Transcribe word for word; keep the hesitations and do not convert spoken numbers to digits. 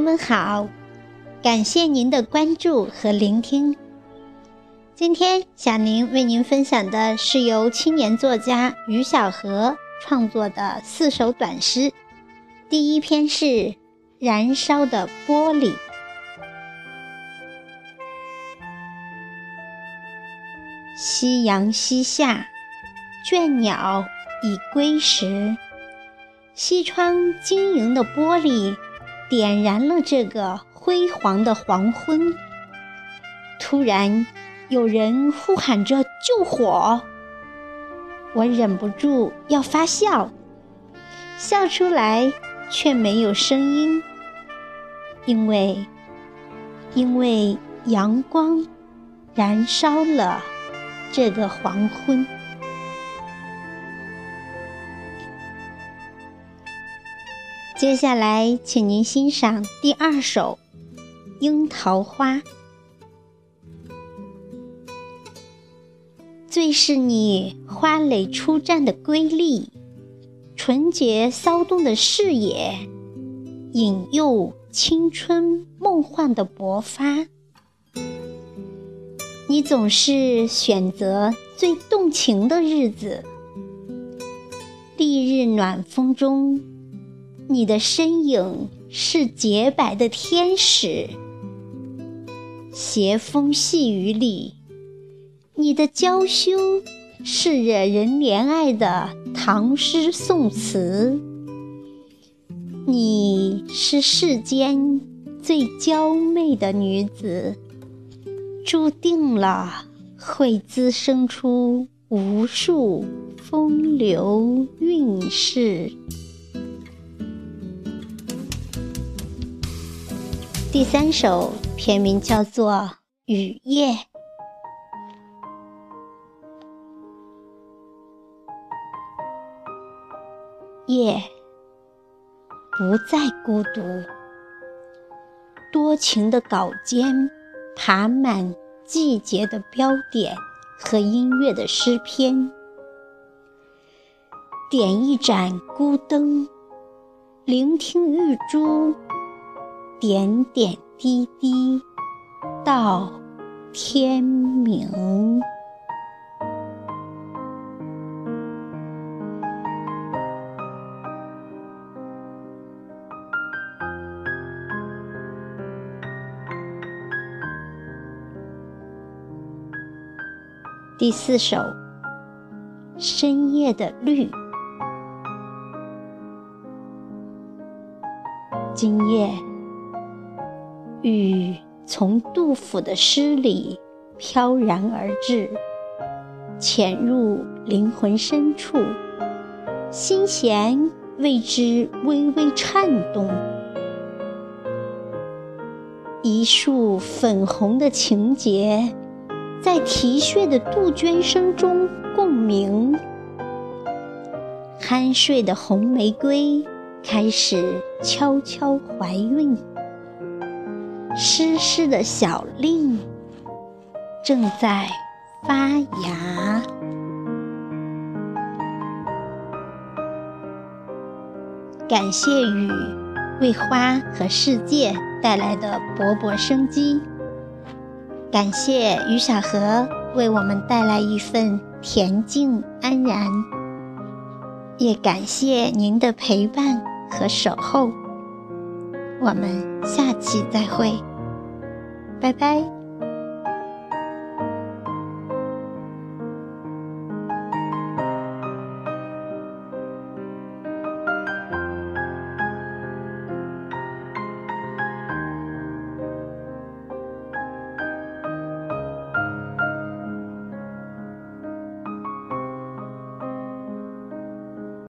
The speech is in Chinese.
们好，感谢您的关注和聆听。今天小宁为您分享的是由青年作家于小河创作的四首短诗。第一篇是燃烧的玻璃。夕阳西下，倦鸟已归时，西窗晶莹的玻璃点燃了这个辉煌的黄昏。突然有人呼喊着救火，我忍不住要发笑，笑出来却没有声音，因为因为阳光燃烧了这个黄昏。接下来请您欣赏第二首《樱桃花》。最是你花蕾初绽的瑰丽，纯洁骚动的视野，引诱青春梦幻的勃发。你总是选择最动情的日子，丽日暖风中，你的身影是洁白的天使，斜风细雨里，你的娇羞是惹人怜爱的唐诗宋词。你是世间最娇媚的女子，注定了会滋生出无数风流韵事。第三首篇名叫做《雨夜》。夜不再孤独，多情的稿间爬满季节的标点和音乐的诗篇。点一盏孤灯，聆听玉珠点点滴滴到天明。第四首深夜的绿。今夜雨从杜甫的诗里飘然而至，潜入灵魂深处，心弦为之微微颤动。一束粉红的情节在啼血的杜鹃声中共鸣，酣睡的红玫瑰开始悄悄怀孕，湿湿的小令正在发芽。感谢雨为花和世界带来的勃勃生机，感谢于小河为我们带来一份恬静安然，也感谢您的陪伴和守候。我们下期再会，拜拜。